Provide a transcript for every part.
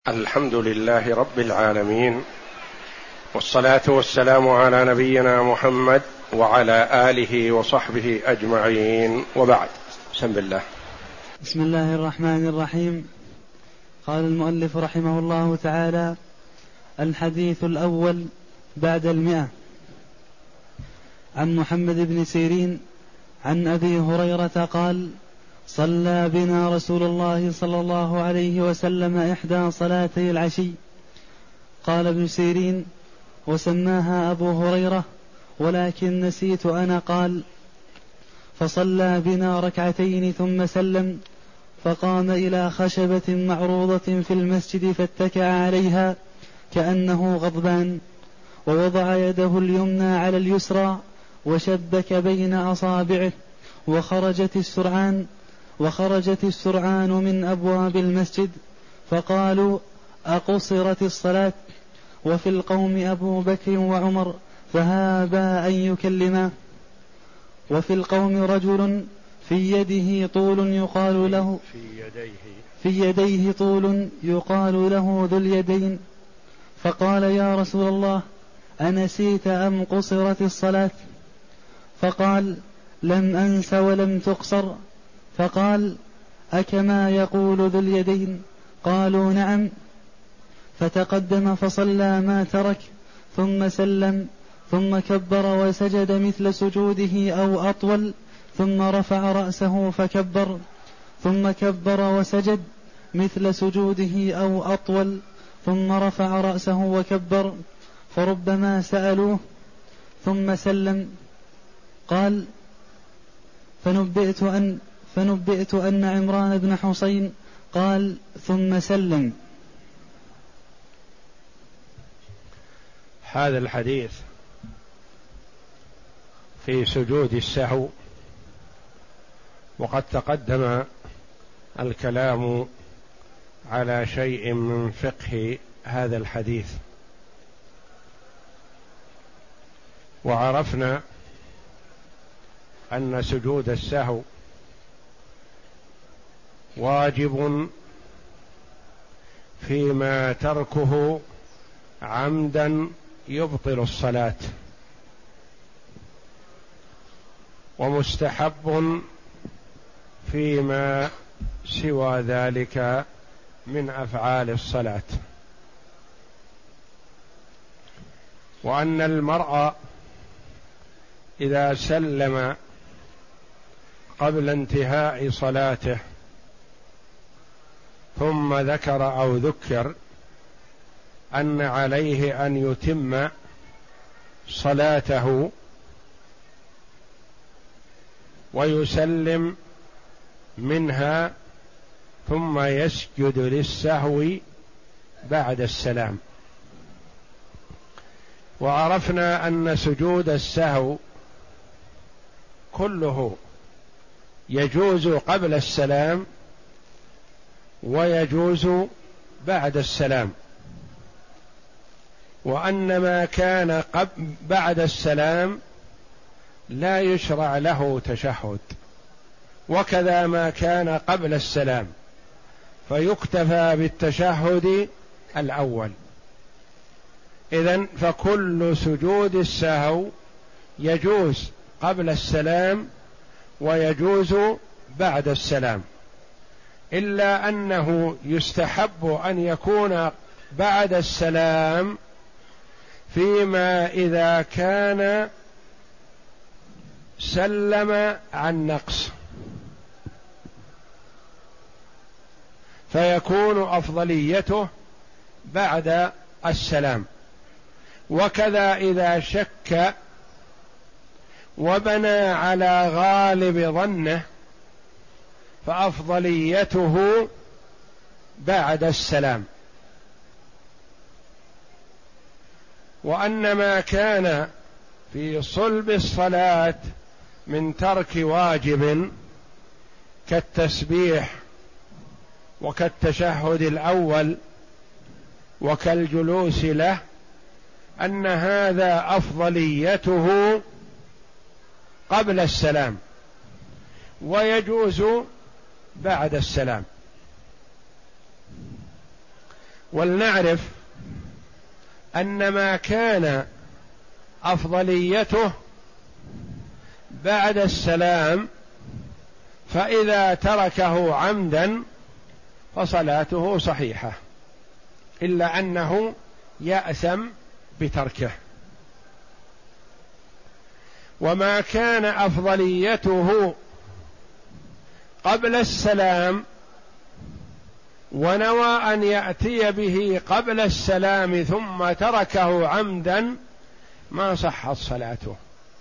الحمد لله رب العالمين، والصلاة والسلام على نبينا محمد وعلى آله وصحبه أجمعين، وبعد. بسم الله. بسم الله الرحمن الرحيم. قال المؤلف رحمه الله تعالى: الحديث الأول بعد 100. عن محمد بن سيرين عن أبي هريرة قال: صلى بنا رسول الله صلى الله عليه وسلم إحدى صلاتي العشي. قال ابن سيرين: وسماها أبو هريرة ولكن نسيت أنا. قال: فصلى بنا ركعتين ثم سلم، فقام إلى خشبة معروضة في المسجد فاتكأ عليها كأنه غضبان، ووضع يده اليمنى على اليسرى وشبك بين أصابعه، وخرجت السرعان من أبواب المسجد، فقالوا: أقصرت الصلاة؟ وفي القوم أبو بكر وعمر فهابا أن يكلما، وفي القوم رجل في يديه طول يقال له ذو اليدين، فقال: يا رسول الله، أنسيت أم قصرت الصلاة؟ فقال: لم أنس ولم تقصر. فقال: أكما يقول ذو اليدين؟ قالوا: نعم. فتقدم فصلى ما ترك، ثم سلم، ثم كبر وسجد مثل سجوده أو أطول، ثم رفع رأسه فكبر، ثم كبر وسجد مثل سجوده أو أطول، ثم رفع رأسه وكبر، فربما سألوه ثم سلم. قال: فنبئت أن عمران بن حسين قال: ثم سلم. هذا الحديث في سجود السهو، وقد تقدم الكلام على شيء من فقه هذا الحديث، وعرفنا أن سجود السهو واجب فيما تركه عمدا يبطل الصلاة، ومستحب فيما سوى ذلك من أفعال الصلاة، وأن المرء إذا سلم قبل انتهاء صلاته ثم ذكر أو ذكر أن عليه أن يتم صلاته ويسلم منها، ثم يسجد للسهو بعد السلام. وعرفنا أن سجود السهو كله يجوز قبل السلام ويجوز بعد السلام، وأن ما كان بعد السلام لا يشرع له تشهد، وكذا ما كان قبل السلام فيكتفى بالتشهد الأول. إذن فكل سجود السهو يجوز قبل السلام ويجوز بعد السلام، إلا أنه يستحب أن يكون بعد السلام فيما إذا كان سلم عن نقص، فيكون أفضليته بعد السلام. وكذا إذا شك وبنى على غالب ظنه فأفضليته بعد السلام. وأن ما كان في صلب الصلاة من ترك واجب كالتسبيح وكالتشهد الأول وكالجلوس له، أن هذا أفضليته قبل السلام ويجوز بعد السلام. ولنعرف أن ما كان أفضليته بعد السلام فإذا تركه عمدا فصلاته صحيحة، إلا أنه يأثم بتركه. وما كان أفضليته قبل السلام ونوى أن يأتي به قبل السلام ثم تركه عمدا ما صحت صلاته.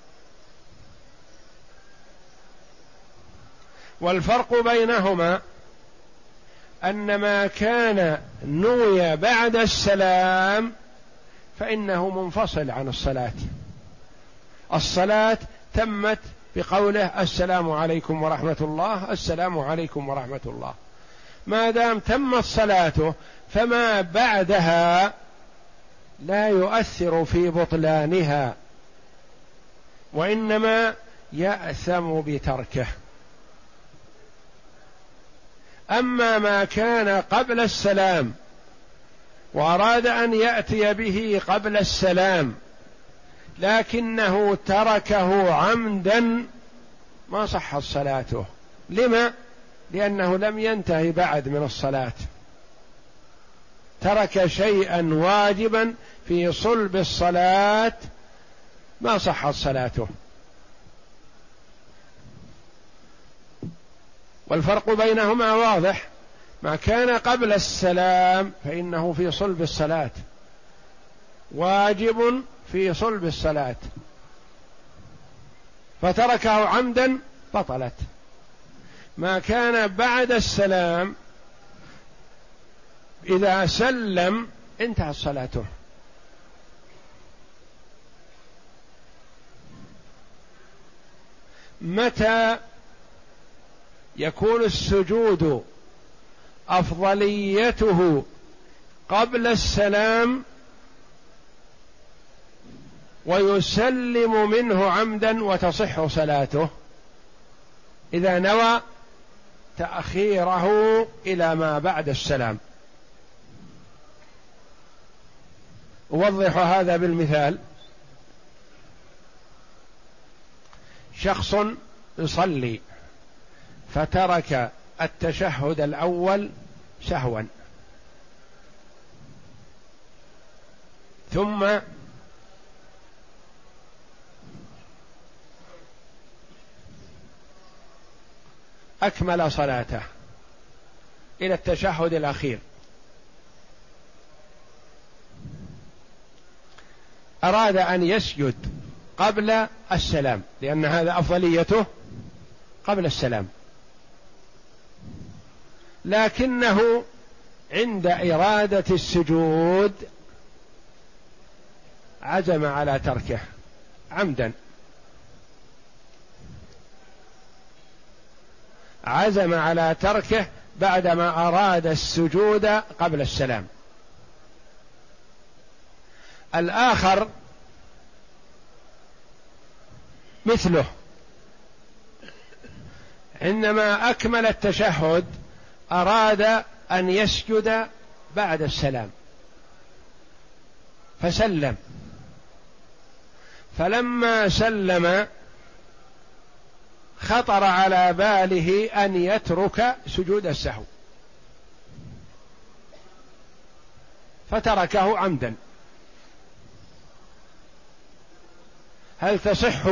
والفرق بينهما أن ما كان نوي بعد السلام فإنه منفصل عن الصلاة. الصلاة تمت بقوله السلام عليكم ورحمة الله، السلام عليكم ورحمة الله. ما دام تمت صلاته فما بعدها لا يؤثر في بطلانها، وإنما يأثم بتركه. أما ما كان قبل السلام وأراد أن يأتي به قبل السلام لكنه تركه عمدا ما صحت صلاته. لما؟ لأنه لم ينتهي بعد من الصلاة، ترك شيئا واجبا في صلب الصلاة ما صحت صلاته. والفرق بينهما واضح. ما كان قبل السلام فإنه في صلب الصلاة، واجب في صلب الصلاة، فتركه عمدا بطلت. ما كان بعد السلام إذا سلم انتهت صلاته. متى يكون السجود أفضليته قبل السلام ويسلم منه عمدا وتصح صلاته؟ إذا نوى تأخيره إلى ما بعد السلام. أوضح هذا بالمثال. شخص يصلي فترك التشهد الأول سهوا، ثم أكمل صلاته إلى التشهد الأخير. أراد أن يسجد قبل السلام لأن هذا أفضليته قبل السلام، لكنه عند إرادة السجود عزم على تركه عمدا، عزم على تركه بعدما أراد السجود قبل السلام. الآخر مثله، عندما أكمل التشهد أراد أن يسجد بعد السلام فسلم، فلما سلم خطر على باله أن يترك سجود السهو فتركه عمدا. هل تصح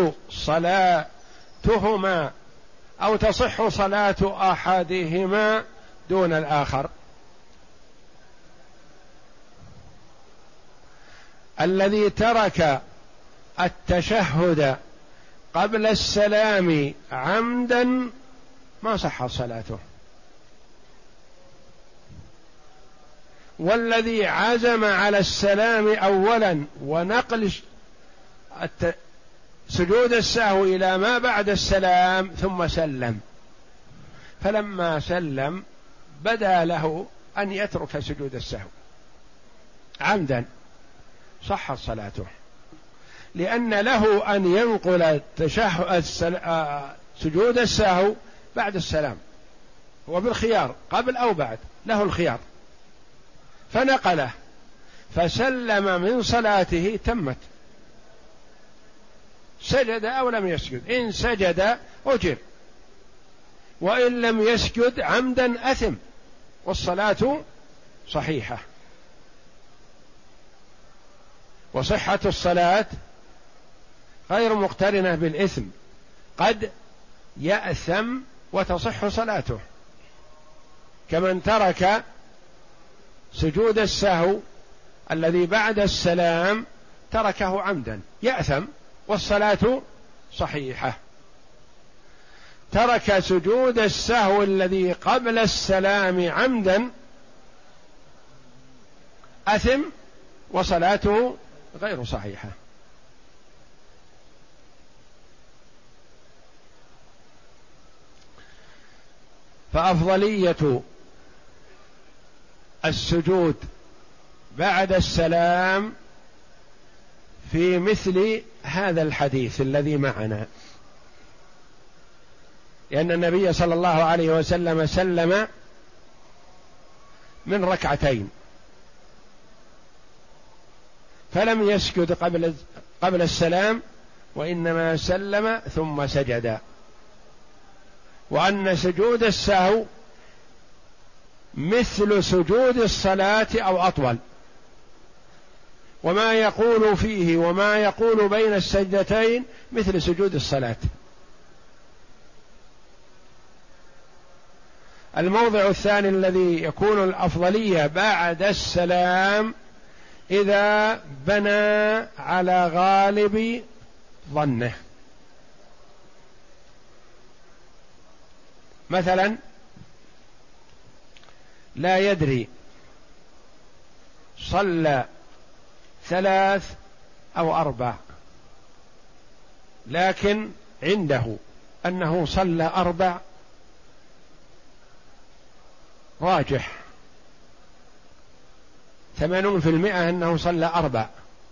صلاتهما أو تصح صلاة أحدهما دون الآخر؟ الذي ترك التشهد قبل السلام عمدا ما صح صلاته، والذي عزم على السلام أولا ونقل سجود السهو إلى ما بعد السلام ثم سلم، فلما سلم بدا له أن يترك سجود السهو عمدا صحت صلاته، لأن له أن ينقل سجود السهو بعد السلام، هو بالخيار قبل أو بعد، له الخيار، فنقله فسلم من صلاته تمت، سجد أو لم يسجد، إن سجد أجر، وإن لم يسجد عمدا أثم، والصلاة صحيحة. وصحة الصلاة غير مقترنة بالإثم، قد يأثم وتصح صلاته، كمن ترك سجود السهو الذي بعد السلام تركه عمدا يأثم والصلاة صحيحة. ترك سجود السهو الذي قبل السلام عمدا أثم وصلاته غير صحيحة. فأفضلية السجود بعد السلام في مثل هذا الحديث الذي معنا، لأن النبي صلى الله عليه وسلم سلم من ركعتين فلم يسجد قبل السلام، وإنما سلم ثم سجد، وأن سجود السهو مثل سجود الصلاة أو أطول، وما يقول فيه وما يقول بين السجدتين مثل سجود الصلاة. الموضع الثاني الذي يكون الأفضلية بعد السلام إذا بنى على غالب ظنه، مثلا لا يدري صلى 3 أو 4، لكن عنده أنه صلى 4 راجح 80% أنه صلى 4،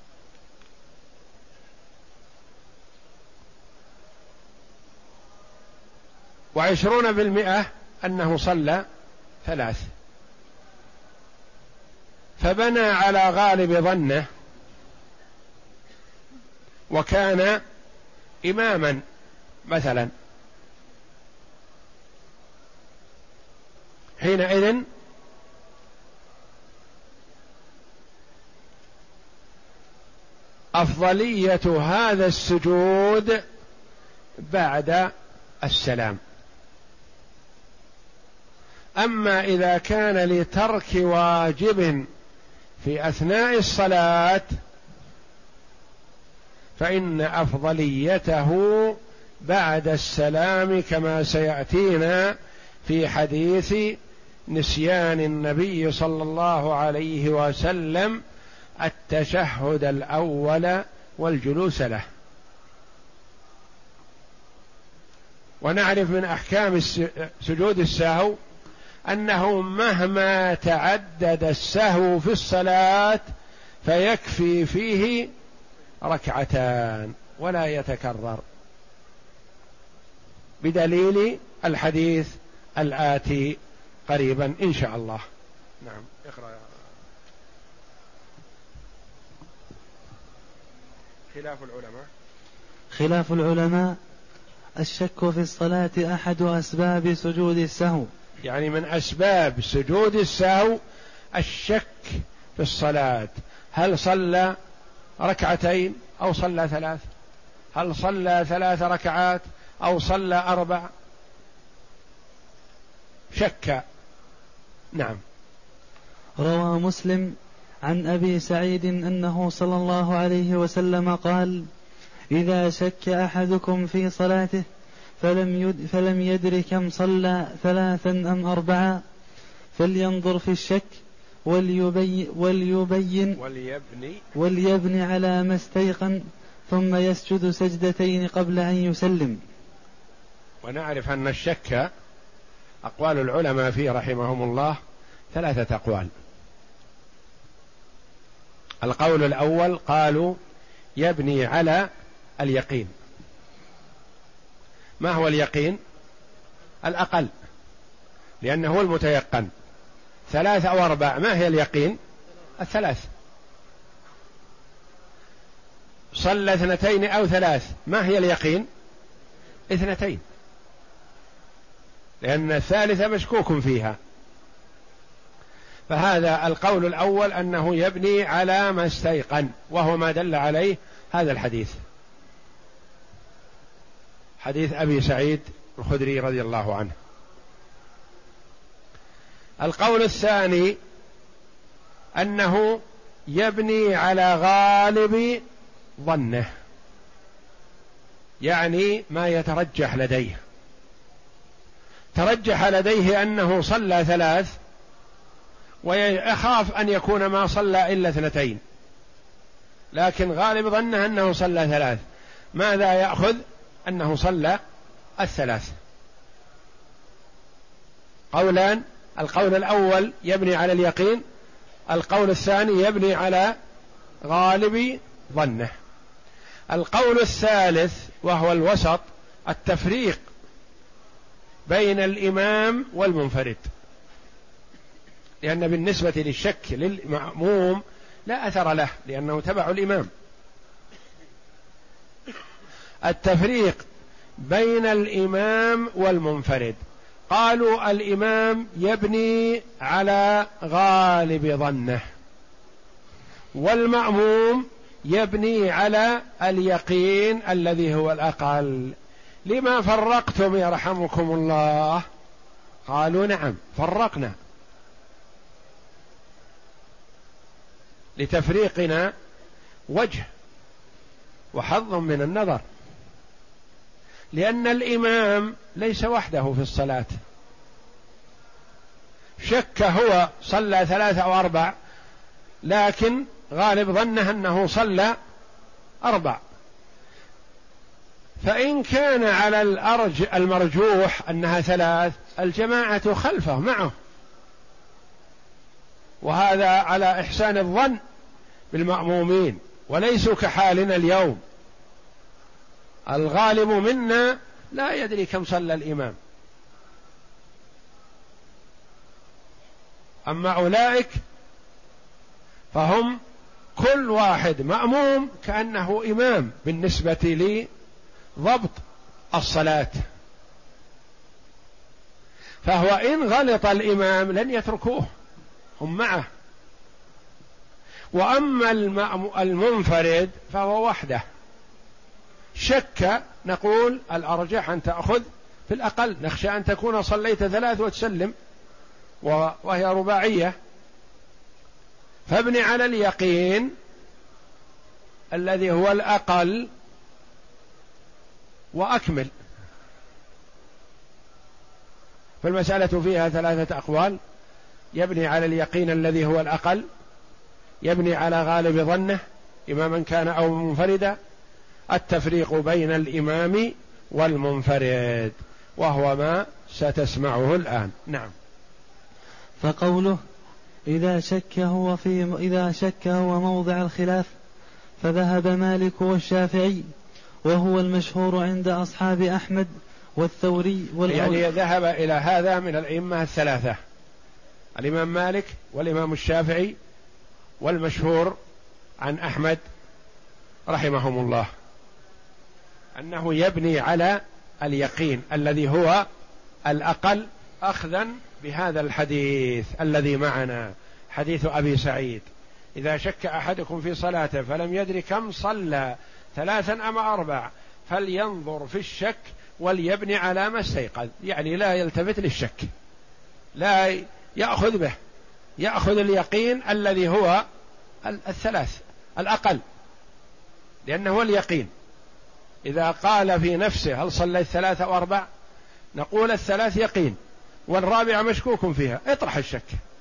و20% أنه صلى 3، فبنى على غالب ظنه وكان إماما مثلا، حينئذ أفضلية هذا السجود بعد السلام. أما إذا كان لترك واجب في أثناء الصلاة فإن أفضليته بعد السلام، كما سيأتينا في حديث نسيان النبي صلى الله عليه وسلم التشهد الأول والجلوس له. ونعرف من أحكام سجود السهو أنه مهما تعدد السهو في الصلاة فيكفي فيه 2 ولا يتكرر، بدليل الحديث الآتي قريبا إن شاء الله. نعم، اقرأ. خلاف العلماء الشك في الصلاة أحد أسباب سجود السهو، يعني من أسباب سجود السهو الشك في الصلاة، هل صلى 2 أو صلى 3، هل صلى 3 ركعات أو صلى 4، شك. نعم. روى مسلم عن أبي سعيد أنه صلى الله عليه وسلم قال: إذا شك أحدكم في صلاته فلم يدر كم صلى 3 أم 4 فلينظر في الشك وليبني على ما استيقن ثم يسجد سجدتين قبل أن يسلم. ونعرف أن الشك أقوال العلماء فيه رحمهم الله 3 أقوال. القول الأول قالوا يبني على اليقين. ما هو اليقين؟ الأقل، لأنه هو المتيقن. 3 أو 4 ما هي اليقين؟ الثلاث، صلى 2 أو 3، ما هي اليقين؟ 2، لأن الثالثة مشكوك فيها. فهذا القول الأول أنه يبني على ما استيقن، وهو ما دل عليه هذا الحديث، حديث أبي سعيد الخدري رضي الله عنه. القول الثاني أنه يبني على غالب ظنه، يعني ما يترجح لديه، ترجح لديه أنه صلى 3 ويخاف أن يكون ما صلى إلا 2، لكن غالب ظنه أنه صلى 3، ماذا يأخذ؟ أنه صلى 3. قولان، القول الأول يبني على اليقين، القول الثاني يبني على غالب ظنه. القول الثالث وهو الوسط، التفريق بين الإمام والمنفرد، لأن بالنسبة للشك للمأموم لا أثر له لأنه تبع الإمام. التفريق بين الإمام والمنفرد، قالوا الإمام يبني على غالب ظنه، والمأموم يبني على اليقين الذي هو الأقل. لما فرقتم يرحمكم الله؟ قالوا نعم فرقنا، لتفريقنا وجه وحظ من النظر، لأن الإمام ليس وحده في الصلاة، شك هو صلى 3 أو 4، لكن غالب ظنه أنه صلى 4، فإن كان على المرجوح أنها 3 الجماعة خلفه معه، وهذا على إحسان الظن بالمأمومين، وليسوا كحالنا اليوم، الغالب منا لا يدري كم صلى الإمام، أما أولئك فهم كل واحد مأموم كأنه إمام بالنسبة لضبط الصلاة، فهو إن غلط الإمام لن يتركوه، هم معه. وأما المنفرد فهو وحده، شك نقول الأرجح أن تأخذ في الأقل، نخشى أن تكون صليت 3 وتسلم وهي رباعية، فابن على اليقين الذي هو الأقل وأكمل. فالمسألة فيها 3 أقوال: يبني على اليقين الذي هو الأقل، يبني على غالب ظنه إماما كان أو منفردا، التفريق بين الإمام والمنفرد، وهو ما ستسمعه الآن. نعم. فقوله إذا شك هو موضع الخلاف، فذهب مالك والشافعي، وهو المشهور عند أصحاب أحمد والثوري يعني ذهب إلى هذا من الأئمة 3، الإمام مالك والإمام الشافعي والمشهور عن أحمد رحمهم الله، أنه يبني على اليقين الذي هو الأقل، أخذا بهذا الحديث الذي معنا، حديث أبي سعيد: إذا شك أحدكم في صلاته فلم يدري كم صلى 3 أم 4 فلينظر في الشك وليبني على ما استيقظ، يعني لا يلتفت للشك، لا يأخذ به، يأخذ اليقين الذي هو 3 الأقل، لأنه هو اليقين. إذا قال في نفسه هل صليت 3 أو 4، نقول 3 يقين والرابعة مشكوك فيها، اطرح الشك،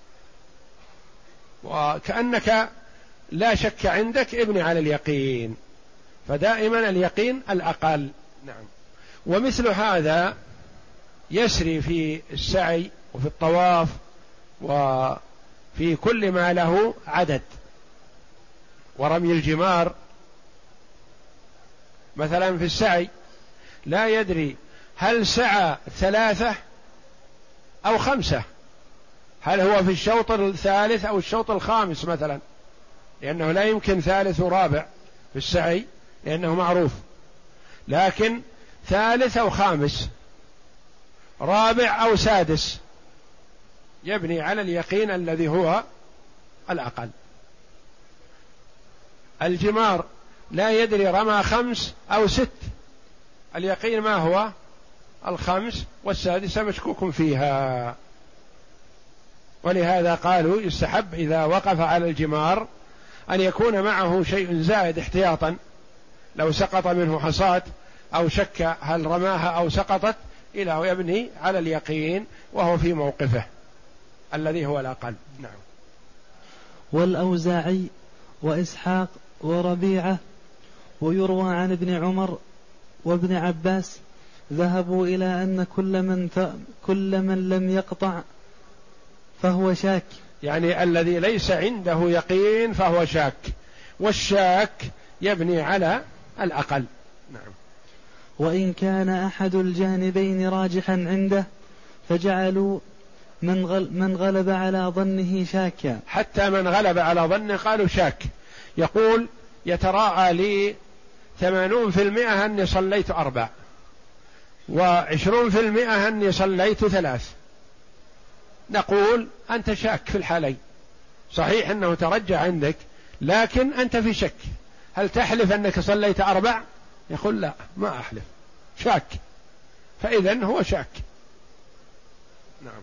وكأنك لا شك عندك، ابني على اليقين، فدائما اليقين الأقل. نعم. ومثل هذا يسري في السعي وفي الطواف وفي كل ما له عدد، ورمي الجمار مثلا في السعي لا يدري هل سعى 3 أو 5، هل هو في الشوط الثالث أو الشوط الخامس مثلا، لأنه لا يمكن ثالث ورابع في السعي لأنه معروف، لكن ثالث أو خامس، رابع أو سادس، يبني على اليقين الذي هو الأقل. الجمار لا يدري رمى 5 أو 6، اليقين ما هو؟ 5 والسادسة مشكوك فيها. ولهذا قالوا يستحب إذا وقف على الجمار أن يكون معه شيء زائد احتياطا، لو سقط منه حصاة أو شك هل رماها أو سقطت، إلى يبني على اليقين وهو في موقفه الذي هو الأقل. نعم. والأوزاعي وإسحاق وربيعة ويروى عن ابن عمر وابن عباس ذهبوا إلى أن كل من لم يقطع فهو شاك، يعني الذي ليس عنده يقين فهو شاك، والشاك يبني على الأقل. نعم. وإن كان أحد الجانبين راجحا عنده فجعلوا من غلب على ظنه شاكا. حتى من غلب على ظنه قالوا شاك، يقول يتراءى لي 80% أني صليت 4 و20% أني صليت 3، نقول أنت شاك في الحالين، صحيح أنه ترجع عندك لكن أنت في شك، هل تحلف أنك صليت 4؟ يقول لا ما أحلف، شاك، فإذن هو شاك. نعم.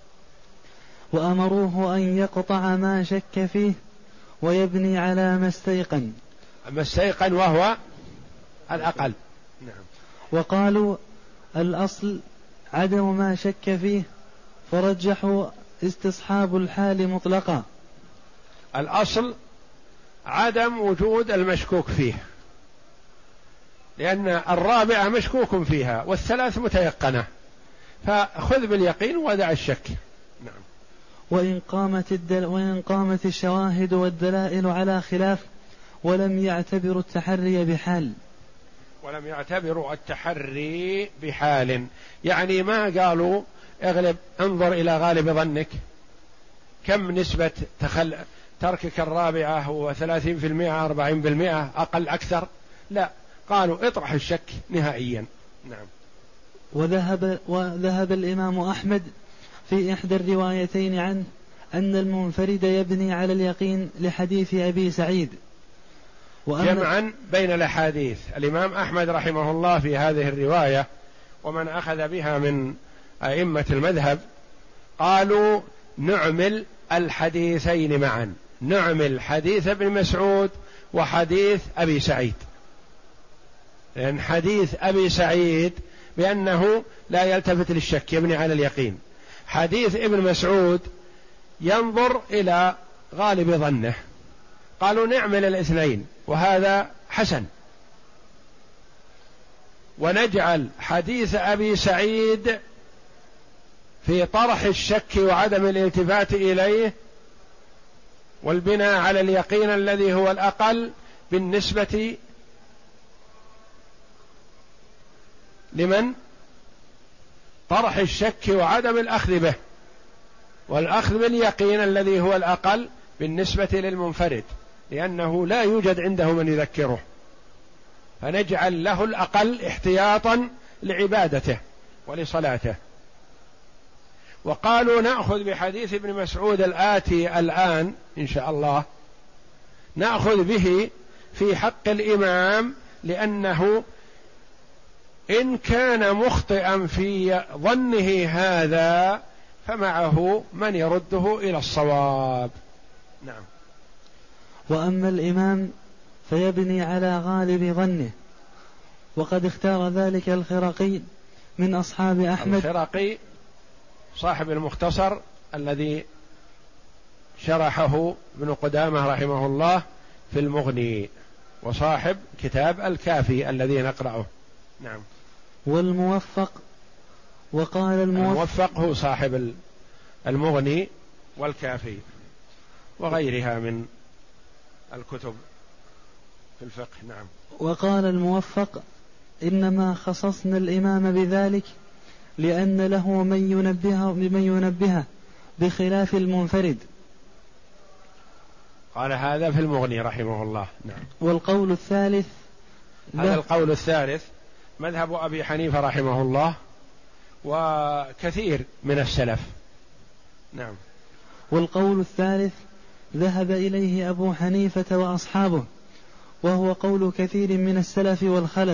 وأمروه أن يقطع ما شك فيه ويبني على ما استيقن. ما استيقن وهو الأقل. نعم. وقالوا الأصل عدم ما شك فيه، فرجحوا استصحاب الحال مطلقا. الأصل عدم وجود المشكوك فيه، لأن الرابعة مشكوك فيها والثلاث متيقنة، فخذ باليقين ودع الشك. نعم. وإن قامت الشواهد والدلائل على خلاف ولم يعتبروا التحري بحال. ولم يعتبروا التحري بحال، يعني ما قالوا انظر إلى غالب ظنك، كم نسبة تركك الرابعة هو 30% 40% أقل أكثر، لا، قالوا اطرح الشك نهائيا. نعم. وذهب الإمام أحمد في إحدى الروايتين عنه أن المنفرد يبني على اليقين لحديث أبي سعيد. جمعا بين الأحاديث، الإمام أحمد رحمه الله في هذه الرواية ومن أخذ بها من أئمة المذهب قالوا نعمل الحديثين معا، نعمل حديث ابن مسعود وحديث أبي سعيد، لأن حديث أبي سعيد بأنه لا يلتفت للشك يبني على اليقين، حديث ابن مسعود ينظر إلى غالب ظنه، قالوا نعمل الاثنين وهذا حسن، ونجعل حديث أبي سعيد في طرح الشك وعدم الالتفات إليه والبناء على اليقين الذي هو الأقل بالنسبة لمن طرح الشك وعدم الأخذ به، والأخذ باليقين الذي هو الأقل بالنسبة للمنفرد، لأنه لا يوجد عنده من يذكره، فنجعل له الأقل احتياطا لعبادته ولصلاته. وقالوا نأخذ بحديث ابن مسعود الآتي الآن إن شاء الله، نأخذ به في حق الإمام، لأنه إن كان مخطئا في ظنه هذا فمعه من يرده إلى الصواب. نعم. وأما الإمام فيبني على غالب ظنه، وقد اختار ذلك الخرقي من أصحاب أحمد. الخرقي صاحب المختصر الذي شرحه ابن قدامة رحمه الله في المغني، وصاحب كتاب الكافي الذي نقرأه. نعم. والموفق، وقال الموفق هو صاحب المغني والكافي وغيرها من الكتب في الفقه. نعم. وقال الموفق إنما خصصنا الإمام بذلك لأن له من ينبهه بخلاف المنفرد. قال هذا في المغني رحمه الله. نعم. والقول الثالث، هذا القول الثالث مذهب أبي حنيفة رحمه الله وكثير من السلف. نعم. والقول الثالث ذهب إليه أبو حنيفة وأصحابه، وهو قول كثير من السلف والخلف،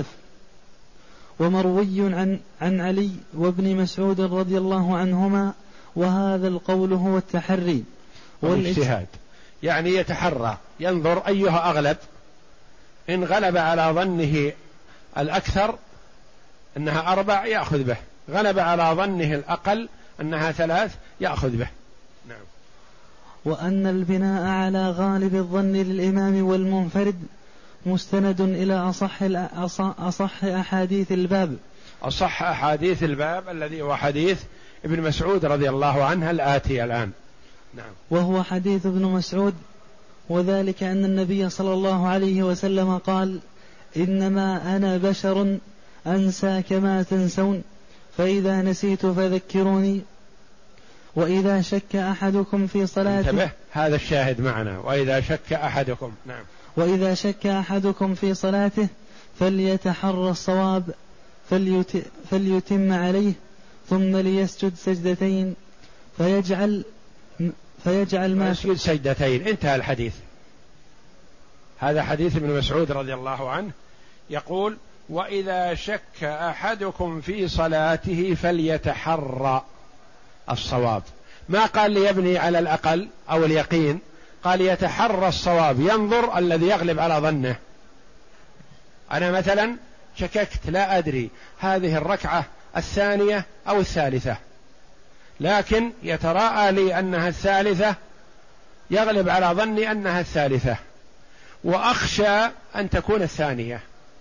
ومروي عن علي وابن مسعود رضي الله عنهما، وهذا القول هو التحري والاجتهاد، يعني يتحرى ينظر أيها أغلب، إن غلب على ظنه الأكثر أنها 4 يأخذ به، غلب على ظنه الأقل أنها 3 يأخذ به. نعم. وأن البناء على غالب الظن للإمام والمنفرد مستند إلى أصح أحاديث الباب. أصح أحاديث الباب الذي هو حديث ابن مسعود رضي الله عنه الآتي الآن. نعم. وهو حديث ابن مسعود، وذلك أن النبي صلى الله عليه وسلم قال: إنما أنا بشر أنسى كما تنسون، فإذا نسيت فذكروني. وإذا شك أحدكم في صلاته، انتبه هذا الشاهد معنا، وإذا شك أحدكم. نعم. وإذا شك أحدكم في صلاته فليتحرى الصواب فليتم عليه، ثم ليسجد سجدتين فيجعل ما يسجد سجدتين. انتهى الحديث. هذا حديث ابن مسعود رضي الله عنه يقول: وإذا شك أحدكم في صلاته فليتحرى الصواب. ما قال ليبني على الأقل أو اليقين، قال يتحرى الصواب، ينظر الذي يغلب على ظنه. أنا مثلا شككت، لا أدري هذه الركعة الثانية أو الثالثة، لكن يتراءى لي أنها الثالثة، يغلب على ظني أنها الثالثة، وأخشى أن تكون الثانية،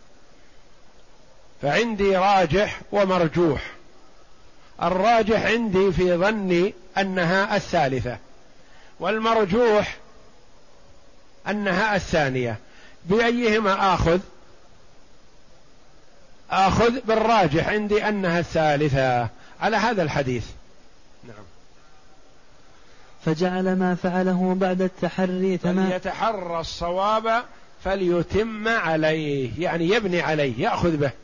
فعندي راجح ومرجوح. الراجح عندي في ظني أنها الثالثة، والمرجوح أنها الثانية. بأيهما آخذ بالراجح عندي أنها الثالثة على هذا الحديث. نعم. فجعل ما فعله بعد التحري تمام. فليتحرى الصواب فليتم عليه، يعني يبني عليه، يأخذ به.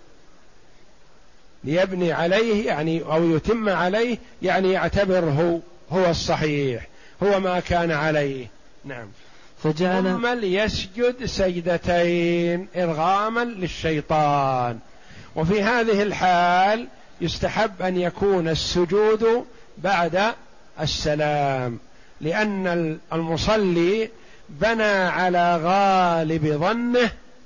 ليبني عليه يعني أو يتم عليه، يعني يعتبره هو الصحيح، هو ما كان عليه. نعم. ثم ليسجد سجدتين إرغاما للشيطان. وفي هذه الحال يستحب أن يكون السجود بعد السلام، لأن المصلي بنى على غالب ظنه،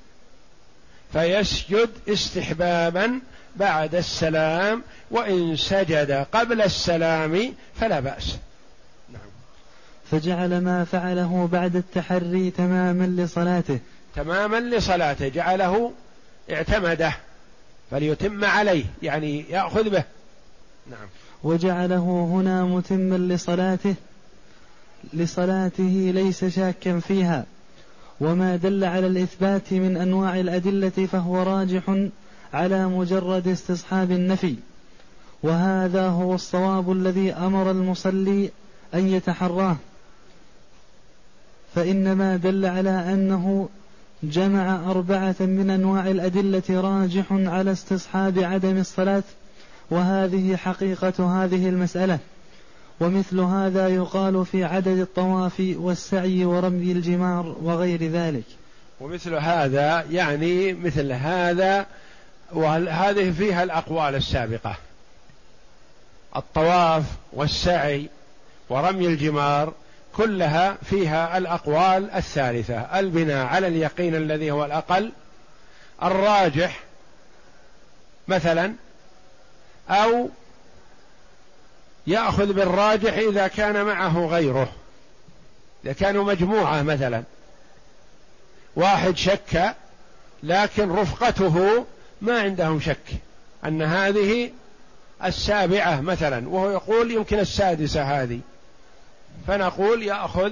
فيسجد استحبابا بعد السلام، وإن سجد قبل السلام فلا بأس. نعم. فجعل ما فعله بعد التحري تماما لصلاته، جعله اعتمده فليتم عليه، يعني يأخذ به. نعم. وجعله هنا متما لصلاته ليس شاكا فيها، وما دل على الإثبات من أنواع الأدلة فهو راجح على مجرد استصحاب النفي، وهذا هو الصواب الذي أمر المصلي أن يتحراه، فإنما دل على أنه جمع 4 من أنواع الأدلة راجح على استصحاب عدم الصلاة، وهذه حقيقة هذه المسألة. ومثل هذا يقال في عدد الطواف والسعي ورمي الجمار وغير ذلك. ومثل هذا يعني مثل هذا، وهذه فيها الأقوال السابقة. الطواف والسعي ورمي الجمار كلها فيها الأقوال الثالثة: البناء على اليقين الذي هو الأقل، الراجح مثلا، أو يأخذ بالراجح إذا كان معه غيره، إذا كانوا مجموعة مثلا، واحد شك لكن رفقته ما عندهم شك أن هذه 7 مثلا، وهو يقول يمكن 6 هذه، فنقول يأخذ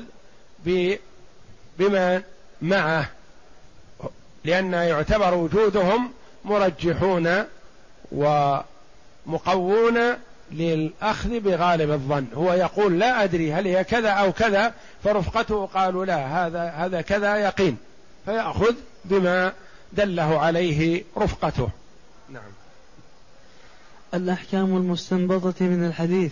بما معه، لأن يعتبر وجودهم مرجحون ومقوون للأخذ بغالب الظن، هو يقول لا أدري هل هي كذا أو كذا، فرفقته قالوا لا هذا كذا يقين، فيأخذ بما دله عليه رفقته. نعم. الأحكام المستنبطة من الحديث: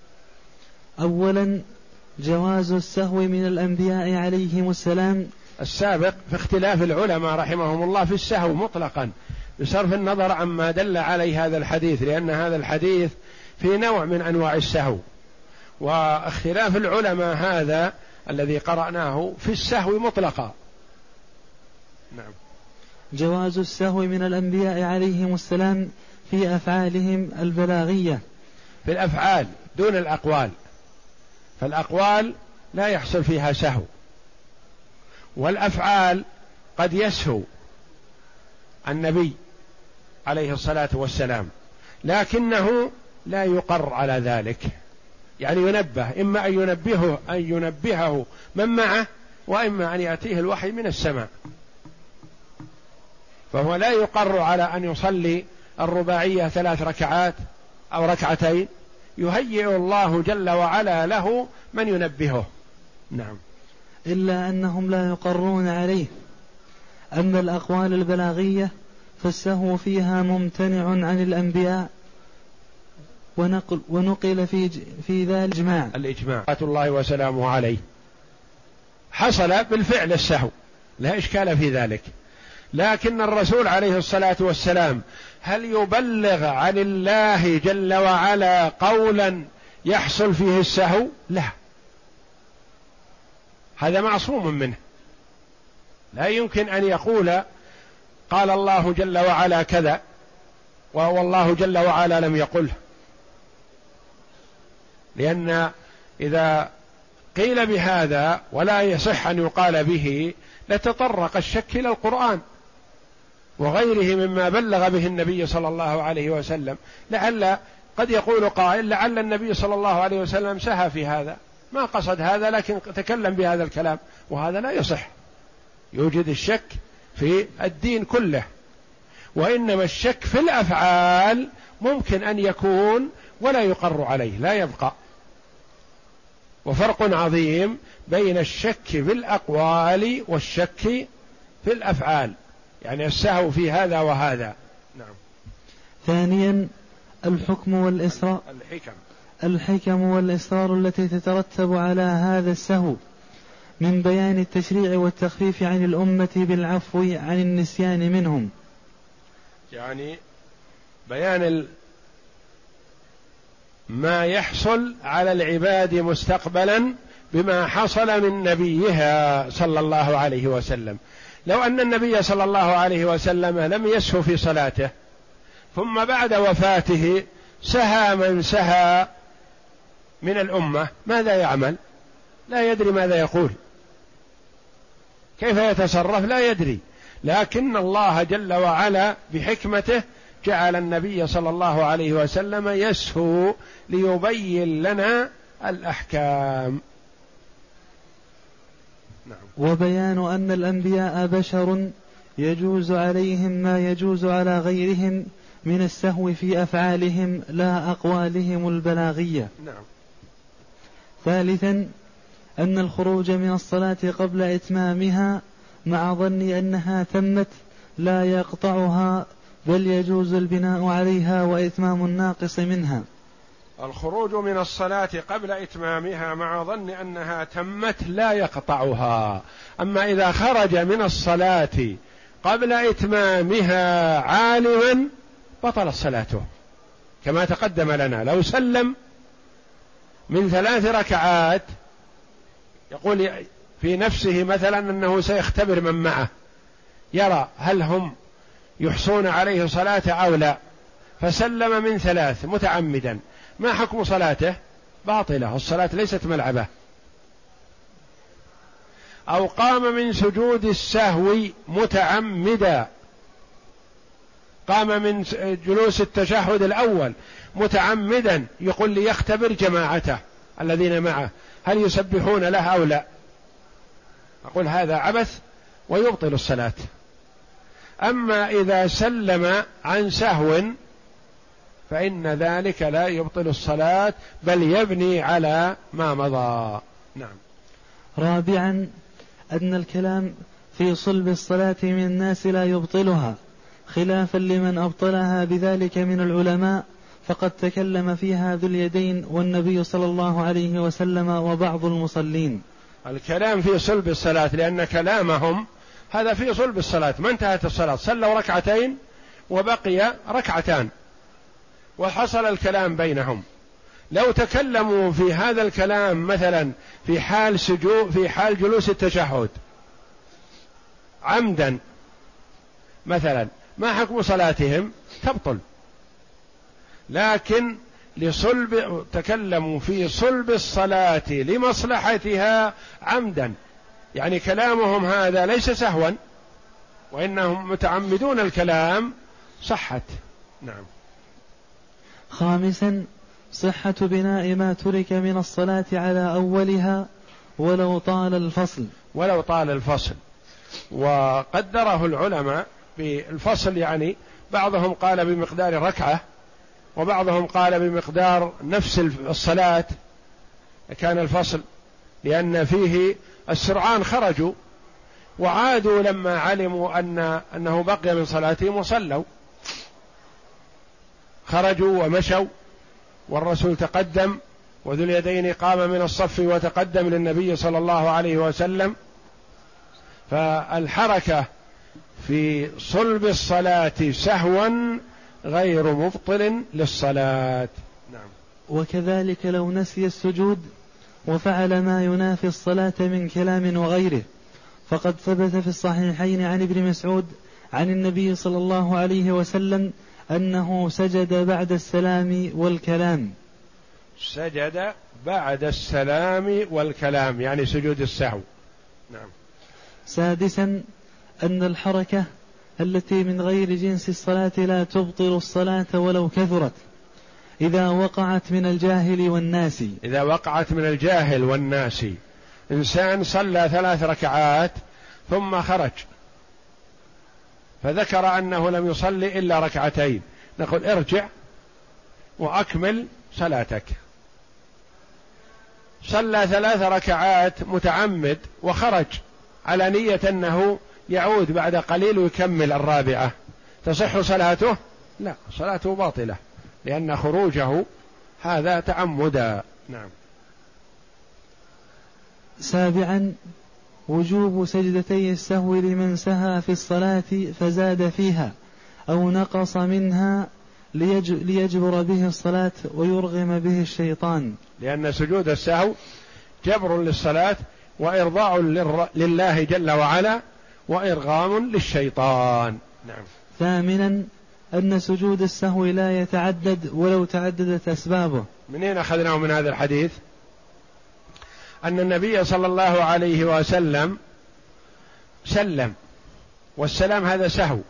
أولا جواز السهو من الأنبياء عليهم السلام السابق في اختلاف العلماء رحمهم الله في السهو مطلقا بصرف النظر عما دل عليه هذا الحديث، لأن هذا الحديث في نوع من أنواع السهو، واختلاف العلماء هذا الذي قرأناه في السهو مطلقا. نعم. جواز السهو من الأنبياء عليهم السلام في أفعالهم البلاغية، في الأفعال دون الأقوال، فالأقوال لا يحصل فيها سهو، والأفعال قد يسهو النبي عليه الصلاة والسلام، لكنه لا يقر على ذلك، يعني ينبه، إما أن ينبهه من معه، وإما أن يأتيه الوحي من السماء، فهو لا يقر على أن يصلي الرباعية 3 ركعات أو 2 يهيئ الله جل وعلا له من ينبهه. نعم. إلا أنهم لا يقرون عليه. أما الأقوال البلاغية فالسهو فيها ممتنع عن الأنبياء، ونقل في ذلك الإجماع الله وسلامه عليه، حصل بالفعل السهو لا إشكال في ذلك، لكن الرسول عليه الصلاة والسلام هل يبلغ عن الله جل وعلا قولا يحصل فيه السهو؟ لا، هذا معصوم منه، لا يمكن أن يقول قال الله جل وعلا كذا والله جل وعلا لم يقله، لأن إذا قيل بهذا ولا يصح أن يقال به لتطرق الشك إلى القرآن وغيره مما بلغ به النبي صلى الله عليه وسلم. قد يقول قائل لعل النبي صلى الله عليه وسلم سهى في هذا، ما قصد هذا لكن تكلم بهذا الكلام، وهذا لا يصح. يوجد الشك في الدين كله، وإنما الشك في الأفعال ممكن أن يكون ولا يقر عليه، لا يبقى. وفرق عظيم بين الشك في الأقوال والشك في الأفعال، يعني السهو في هذا وهذا. نعم. ثانيا الحكم والإصرار، الحكم والإصرار التي تترتب على هذا السهو من بيان التشريع والتخفيف عن الأمة بالعفو عن النسيان منهم، يعني بيان ما يحصل على العباد مستقبلا بما حصل من نبيها صلى الله عليه وسلم. لو أن النبي صلى الله عليه وسلم لم يسهو في صلاته، ثم بعد وفاته سهى من سهى من الأمة، ماذا يعمل؟ لا يدري ماذا يقول، كيف يتصرف لا يدري، لكن الله جل وعلا بحكمته جعل النبي صلى الله عليه وسلم يسهو ليبين لنا الأحكام. نعم. وبيان أن الأنبياء بشر يجوز عليهم ما يجوز على غيرهم من السهو في أفعالهم لا أقوالهم البلاغية. نعم. ثالثا أن الخروج من الصلاة قبل إتمامها مع ظن أنها تمت لا يقطعها، بل يجوز البناء عليها وإتمام الناقص منها. الخروج من الصلاة قبل إتمامها مع ظن أنها تمت لا يقطعها. أما إذا خرج من الصلاة قبل إتمامها عالما بطل صلاته، كما تقدم لنا. لو سلم من 3 ركعات يقول في نفسه مثلا أنه سيختبر من معه، يرى هل هم يحصون عليه صلاة أو لا، فسلم من 3 متعمدا، ما حكم صلاته؟ باطلة، الصلاة ليست ملعبة. أو قام من سجود السهو متعمدا، قام من جلوس التشهد الأول متعمدا، يقول ليختبر جماعته الذين معه هل يسبحون له أو لا، أقول هذا عبث ويبطل الصلاة. أما إذا سلم عن سهو فإن ذلك لا يبطل الصلاة بل يبني على ما مضى. نعم. رابعا أن الكلام في صلب الصلاة من الناس لا يبطلها، خلافا لمن أبطلها بذلك من العلماء، فقد تكلم فيها ذو اليدين والنبي صلى الله عليه وسلم وبعض المصلين. الكلام في صلب الصلاة لأن كلامهم هذا في صلب الصلاة، ما انتهت الصلاة، صلوا ركعتين وبقي ركعتان وحصل الكلام بينهم. لو تكلموا في هذا الكلام مثلا في حال سجود، في حال جلوس التشهد عمدا مثلا، ما حكم صلاتهم؟ تبطل. لكن لصلب، تكلموا في صلب الصلاة لمصلحتها عمدا، يعني كلامهم هذا ليس سهوا وإنهم متعمدون الكلام، صحت. نعم. خامسا صحة بناء ما ترك من الصلاة على أولها ولو طال الفصل. ولو طال الفصل، وقدره العلماء بالفصل، يعني بعضهم قال بمقدار ركعة وبعضهم قال بمقدار نفس الصلاة كان الفصل، لأن فيه السرعان خرجوا وعادوا لما علموا أنه بقي من صلاتهم وصلوا، خرجوا ومشوا والرسول تقدم وذو اليدين قام من الصف وتقدم للنبي صلى الله عليه وسلم. فالحركة في صلب الصلاة سهوا غير مبطل للصلاة. نعم. وكذلك لو نسي السجود وفعل ما ينافي الصلاة من كلام وغيره، فقد ثبت في الصحيحين عن ابن مسعود عن النبي صلى الله عليه وسلم أنه سجد بعد السلام والكلام. سجد بعد السلام والكلام يعني سجود السهو. نعم. سادسا أن الحركة التي من غير جنس الصلاة لا تبطل الصلاة ولو كثرت، إذا وقعت من الجاهل والناس. إذا وقعت من الجاهل والناس، إنسان صلى 3 ركعات ثم خرج فذكر أنه لم يصلي إلا 2 ركعتين، نقول ارجع وأكمل صلاتك. صلى 3 ركعات متعمد وخرج على نية أنه يعود بعد قليل ويكمل 4، تصح صلاته؟ لا، صلاته باطلة لأن خروجه هذا تعمدا. نعم. سابعا وجوب سجدتي السهو لمن سهى في الصلاة فزاد فيها أو نقص منها ليجبر به الصلاة ويرغم به الشيطان، لأن سجود السهو جبر للصلاة وإرضاء لله جل وعلا وإرغام للشيطان. نعم. ثامنا أن سجود السهو لا يتعدد ولو تعددت أسبابه. منين أخذناه من هذا الحديث؟ أن النبي صلى الله عليه وسلم سلم، والسلام هذا سهو،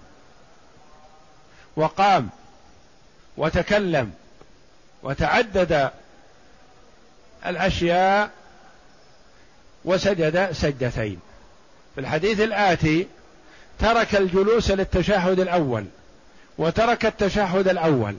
وقام وتكلم وتعدد الأشياء وسجد سجدتين. في الحديث الآتي ترك الجلوس للتشهد الأول وترك التشهد الأول،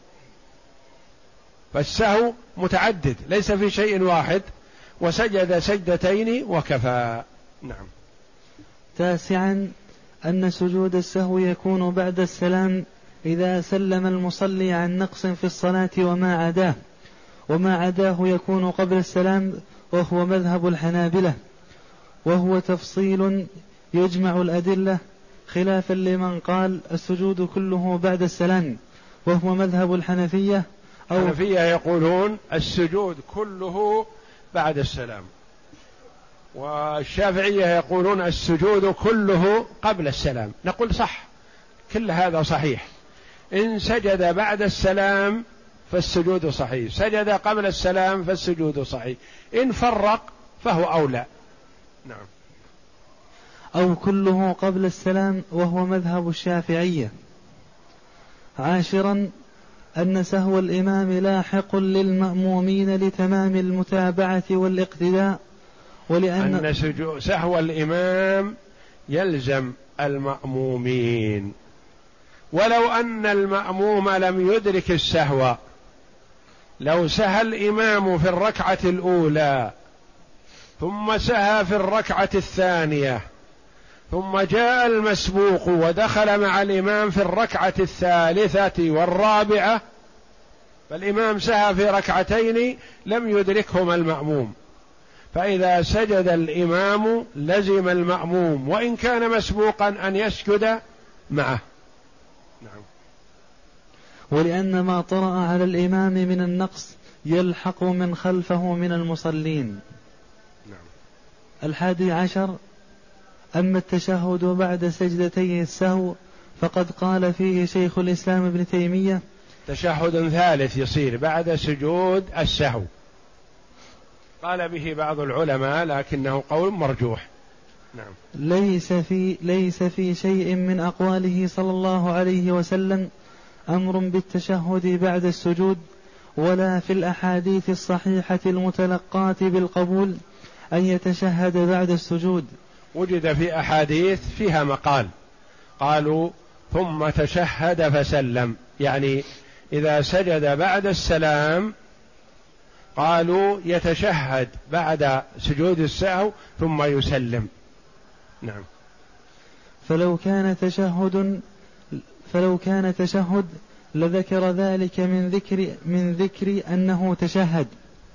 فالسهو متعدد ليس في شيء واحد، وسجد سجدتين وكفى. نعم. تاسعا أن سجود السهو يكون بعد السلام إذا سلم المصلي عن نقص في الصلاة وما عداه يكون قبل السلام، وهو مذهب الحنابلة، وهو تفصيل يجمع الأدلة، خلافا لمن قال السجود كله بعد السلام، وهو مذهب الحنفية. الحنفية يقولون السجود كله بعد السلام، والشافعية يقولون السجود كله قبل السلام. نقول صح، كل هذا صحيح. إن سجد بعد السلام فالسجود صحيح، سجد قبل السلام فالسجود صحيح، إن فرق فهو أولى. نعم. أو كله قبل السلام، وهو مذهب الشافعية. عاشرا أن سهو الإمام لاحق للمأمومين لتمام المتابعة والاقتداء، ولأن سهو الإمام يلزم المأمومين ولو أن المأموم لم يدرك السهو، لو سهى الإمام في الركعة الأولى ثم سهى في الركعة الثانية ثم جاء المسبوق ودخل مع الإمام في الركعة الثالثة والرابعة، فالإمام سهى في ركعتين لم يدركهما المأموم، فإذا سجد الإمام لزم المأموم وإن كان مسبوقا أن يسجد معه. نعم. ولأن ما طرأ على الإمام من النقص يلحق من خلفه من المصلين. نعم. 11. أما التشهد بعد سجدتي السهو فقد قال فيه شيخ الإسلام ابن تيمية: تشهد ثالث يصير بعد سجود السهو، قال به بعض العلماء لكنه قول مرجوح. نعم. ليس في شيء من أقواله صلى الله عليه وسلم أمر بالتشهد بعد السجود، ولا في الأحاديث الصحيحة المتلقاة بالقبول أن يتشهد بعد السجود. وجد في أحاديث فيها مقال، قالوا ثم تشهد فسلم، يعني إذا سجد بعد السلام قالوا يتشهد بعد سجود السهو ثم يسلم. نعم. فلو كان تشهد لذكر ذلك من ذكر أنه تشهد،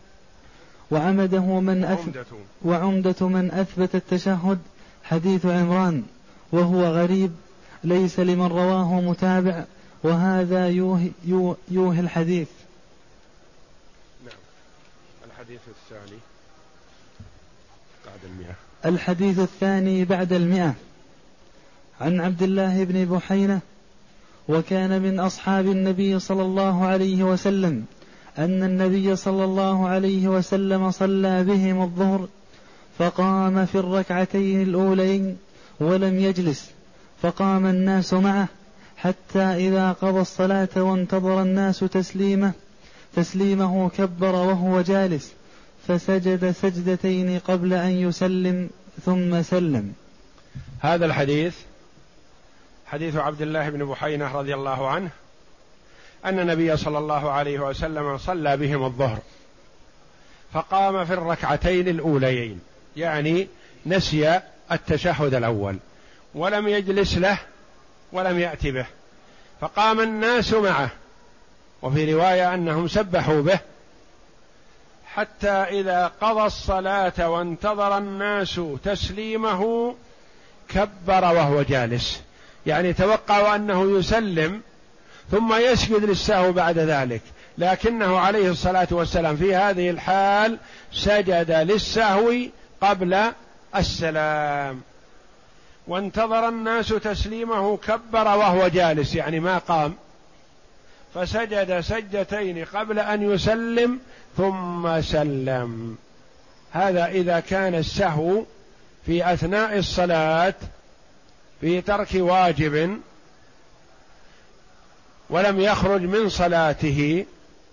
وعمدة من أثبت التشهد حديث عمران، وهو غريب ليس لمن رواه متابع، وهذا يوهي الحديث. نعم. الحديث الثاني بعد 100. الحديث الثاني بعد 100 عن عبد الله بن بحينة، وكان من أصحاب النبي صلى الله عليه وسلم، أن النبي صلى الله عليه وسلم صلى بهم الظهر فقام في الركعتين الأولين ولم يجلس، فقام الناس معه حتى إذا قضى الصلاة وانتظر الناس تسليمه كبر وهو جالس، فسجد سجدتين قبل أن يسلم ثم سلم. هذا الحديث حديث عبد الله بن بحينة رضي الله عنه أن النبي صلى الله عليه وسلم صلى بهم الظهر فقام في الركعتين الأوليين، يعني نسي التشهد الأول ولم يجلس له ولم يأتي به، فقام الناس معه، وفي رواية أنهم سبحوا به حتى إذا قضى الصلاة وانتظر الناس تسليمه كبر وهو جالس، يعني توقعوا أنه يسلم ثم يسجد للسهو بعد ذلك، لكنه عليه الصلاة والسلام في هذه الحال سجد للسهو قبل السلام، وانتظر الناس تسليمه كبر وهو جالس، يعني ما قام، فسجد سجدتين قبل أن يسلم ثم سلم. هذا إذا كان السهو في أثناء الصلاة في ترك واجب ولم يخرج من صلاته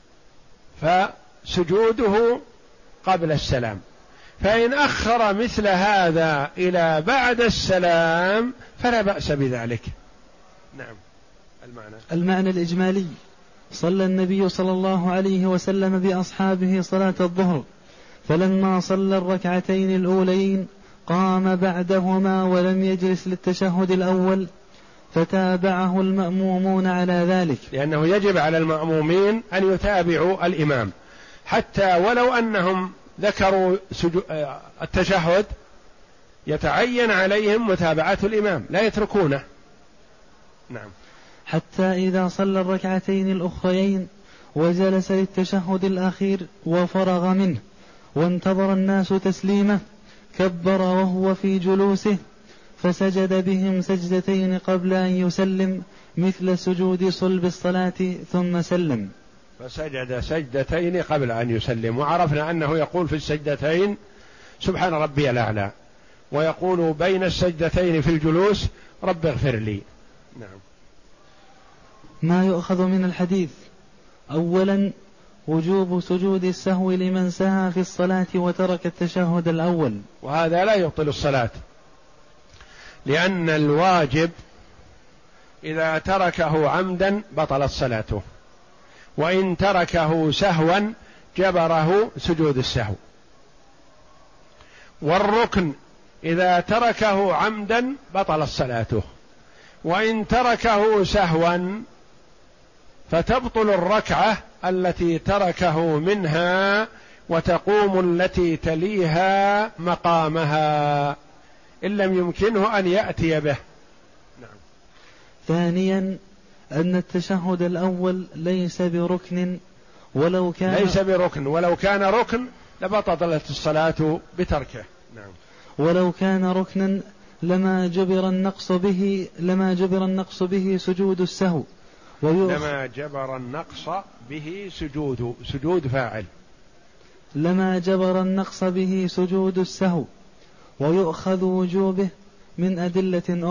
فسجوده قبل السلام، فإن أخر مثل هذا إلى بعد السلام فلا بأس بذلك. نعم. المعنى الإجمالي: صلى النبي صلى الله عليه وسلم بأصحابه صلاة الظهر، فلما صلى الركعتين الأولين قام بعدهما ولم يجلس للتشهد الأول، فتابعه المأمومون على ذلك، لأنه يجب على المأمومين أن يتابعوا الإمام حتى ولو أنهم ذكروا التشهد يتعين عليهم متابعة الإمام، لا يتركونه. نعم. حتى إذا صلى الركعتين الأخريين وجلس للتشهد الأخير وفرغ منه وانتظر الناس تسليمه كبر وهو في جلوسه، فسجد بهم سجدتين قبل أن يسلم مثل سجود صلب الصلاة ثم سلم. فسجد سجدتين قبل أن يسلم، وعرفنا أنه يقول في السجدتين سبحان ربي الأعلى، ويقول بين السجدتين في الجلوس رب اغفر لي. نعم. ما يؤخذ من الحديث: أولا وجوب سجود السهو لمن سهى في الصلاة وترك التشهد الأول، وهذا لا يبطل الصلاة، لأن الواجب إذا تركه عمدا بطلت صلاته، وإن تركه سهوا جبره سجود السهو. والركن إذا تركه عمدا بطلت صلاته، وإن تركه سهوا فتبطل الركعة التي تركه منها، وتقوم التي تليها مقامها إن لم يمكنه أن يأتي به. نعم. ثانيا أن التشهد الأول ليس بركن ولو كان ركن لبطلت الصلاة بتركه. نعم. ولو كان ركنا لما جبر النقص به سجود السهو. لما جبر النقص به سجود فاعل. لما جبر النقص به سجود السهو، ويؤخذ وجوبه من أدلة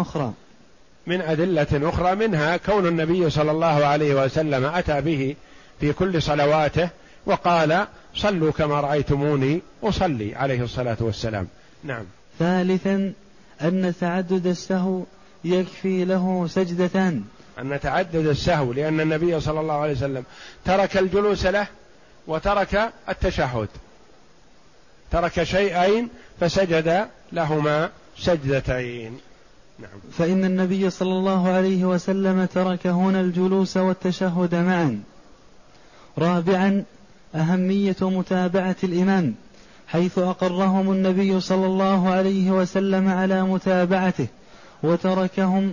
أخرى منها كون النبي صلى الله عليه وسلم أتى به في كل صلواته وقال صلوا كما رأيتموني أصلي عليه الصلاة والسلام. نعم. ثالثا أن تعدد السهو يكفي له سجدتان. أن تعدد السهو لأن النبي صلى الله عليه وسلم ترك الجلوس له وترك التشهد، ترك شيئين فسجد لهما سجدتين. نعم. فإن النبي صلى الله عليه وسلم ترك هنا الجلوس والتشهد معا. رابعا أهمية متابعة الإمام، حيث أقرهم النبي صلى الله عليه وسلم على متابعته وتركهم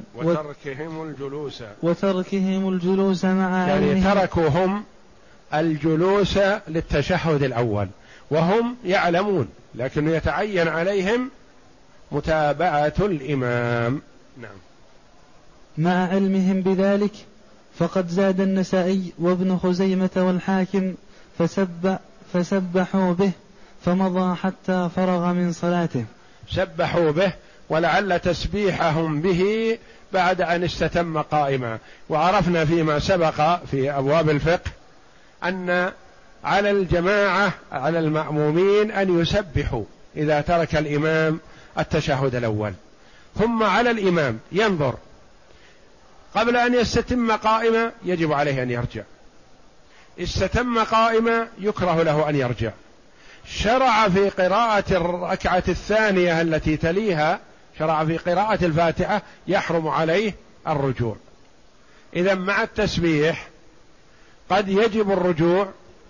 الجلوس مع يعني تركوا هم الجلوس للتشهد الأول وهم يعلمون، لكن يتعين عليهم متابعة الإمام. نعم. مع علمهم بذلك، فقد زاد النسائي وابن خزيمة والحاكم فسبحوا به فمضى حتى فرغ من صلاته. سبحوا به، ولعل تسبيحهم به بعد أن استتم قائما. وعرفنا فيما سبق في أبواب الفقه أن على الجماعة على المأمومين أن يسبحوا إذا ترك الإمام التشهد الأول، ثم على الإمام ينظر قبل أن يستتم قائما يجب عليه أن يرجع، استتم قائما يكره له أن يرجع، شرع في قراءة الركعة الثانية التي تليها، شرع في قراءة الفاتحة، يحرم عليه الرجوع. إذن مع التسبيح قد يجب الرجوع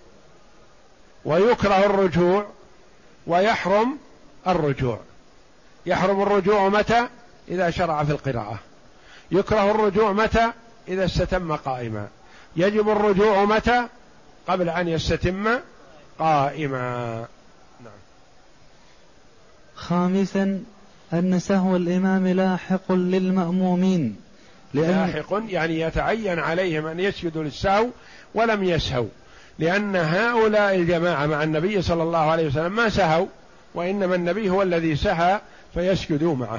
ويكره الرجوع ويحرم الرجوع. يحرم الرجوع متى؟ إذا شرع في القراءة. يكره الرجوع متى؟ إذا استتم قائما. يجب الرجوع متى؟ قبل أن يستتم قائما. نعم. خامسا أن سهو الإمام لاحق للمأمومين، لاحق يعني يتعين عليهم أن يسجدوا للسهو ولم يسهوا، لأن هؤلاء الجماعة مع النبي صلى الله عليه وسلم ما سهوا، وإنما النبي هو الذي سهى فيسجدوا معه،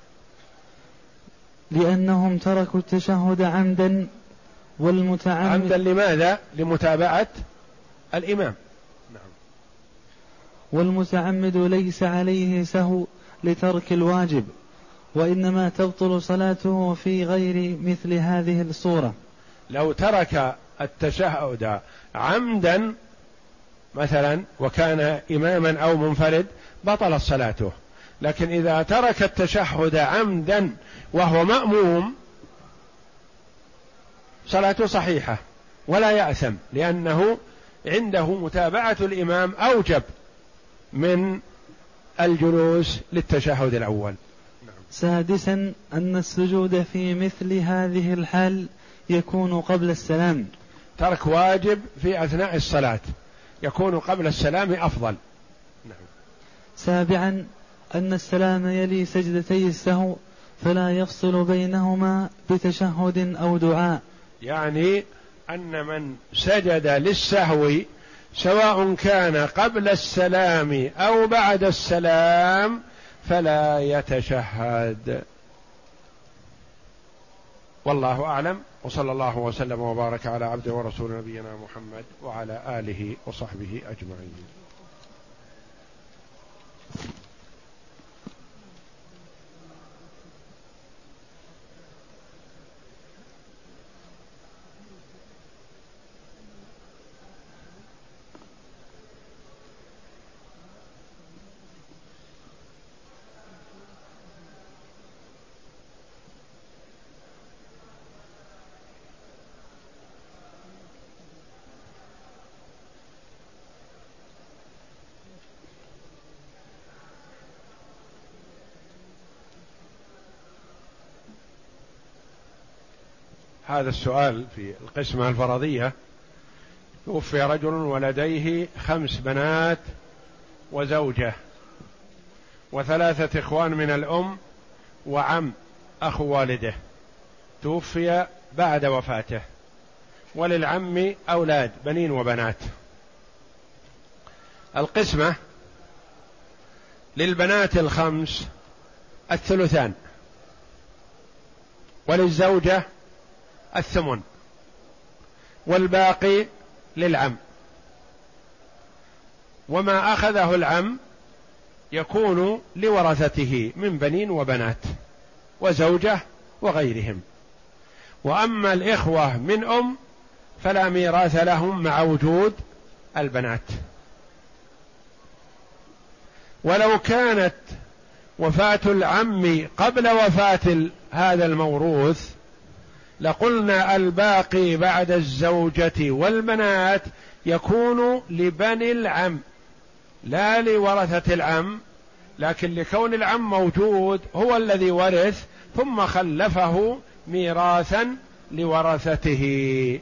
لأنهم تركوا التشهد عمدا والمتعمد. عمدا لماذا؟ لمتابعة الإمام. نعم. والمتعمد ليس عليه سهو لترك الواجب، وإنما تبطل صلاته في غير مثل هذه الصورة. لو ترك التشهد عمدا مثلا وكان إماما أو منفرد بطلت صلاته، لكن إذا ترك التشهد عمدا وهو مأموم صلاته صحيحة ولا يأثم، لأنه عنده متابعة الإمام أوجب من الجلوس للتشهد الأول. سادسا أن السجود في مثل هذه الحال يكون قبل السلام. ترك واجب في أثناء الصلاة يكون قبل السلام أفضل. نعم. سابعا أن السلام يلي سجدتي السهو فلا يفصل بينهما بتشهد أو دعاء. يعني أن من سجد للسهو سواء كان قبل السلام أو بعد السلام فلا يتشهد. والله أعلم، وصلى الله وسلم وبارك على عبده ورسول نبينا محمد وعلى آله وصحبه أجمعين. هذا السؤال في القسمة الفرضية: توفي رجل ولديه 5 بنات وزوجة و3 إخوان من الأم وعم أخو والده، توفي بعد وفاته، وللعم أولاد بنين وبنات. القسمة: للبنات 5 الثلثان، وللزوجة 8، والباقي للعم، وما أخذه العم يكون لورثته من بنين وبنات وزوجة وغيرهم. وأما الإخوة من أم فلا ميراث لهم مع وجود البنات. ولو كانت وفاة العم قبل وفاة هذا الموروث لقلنا الباقي بعد الزوجة والبنات يكون لبني العم لا لورثة العم، لكن لكون العم موجود هو الذي ورث ثم خلفه ميراثا لورثته.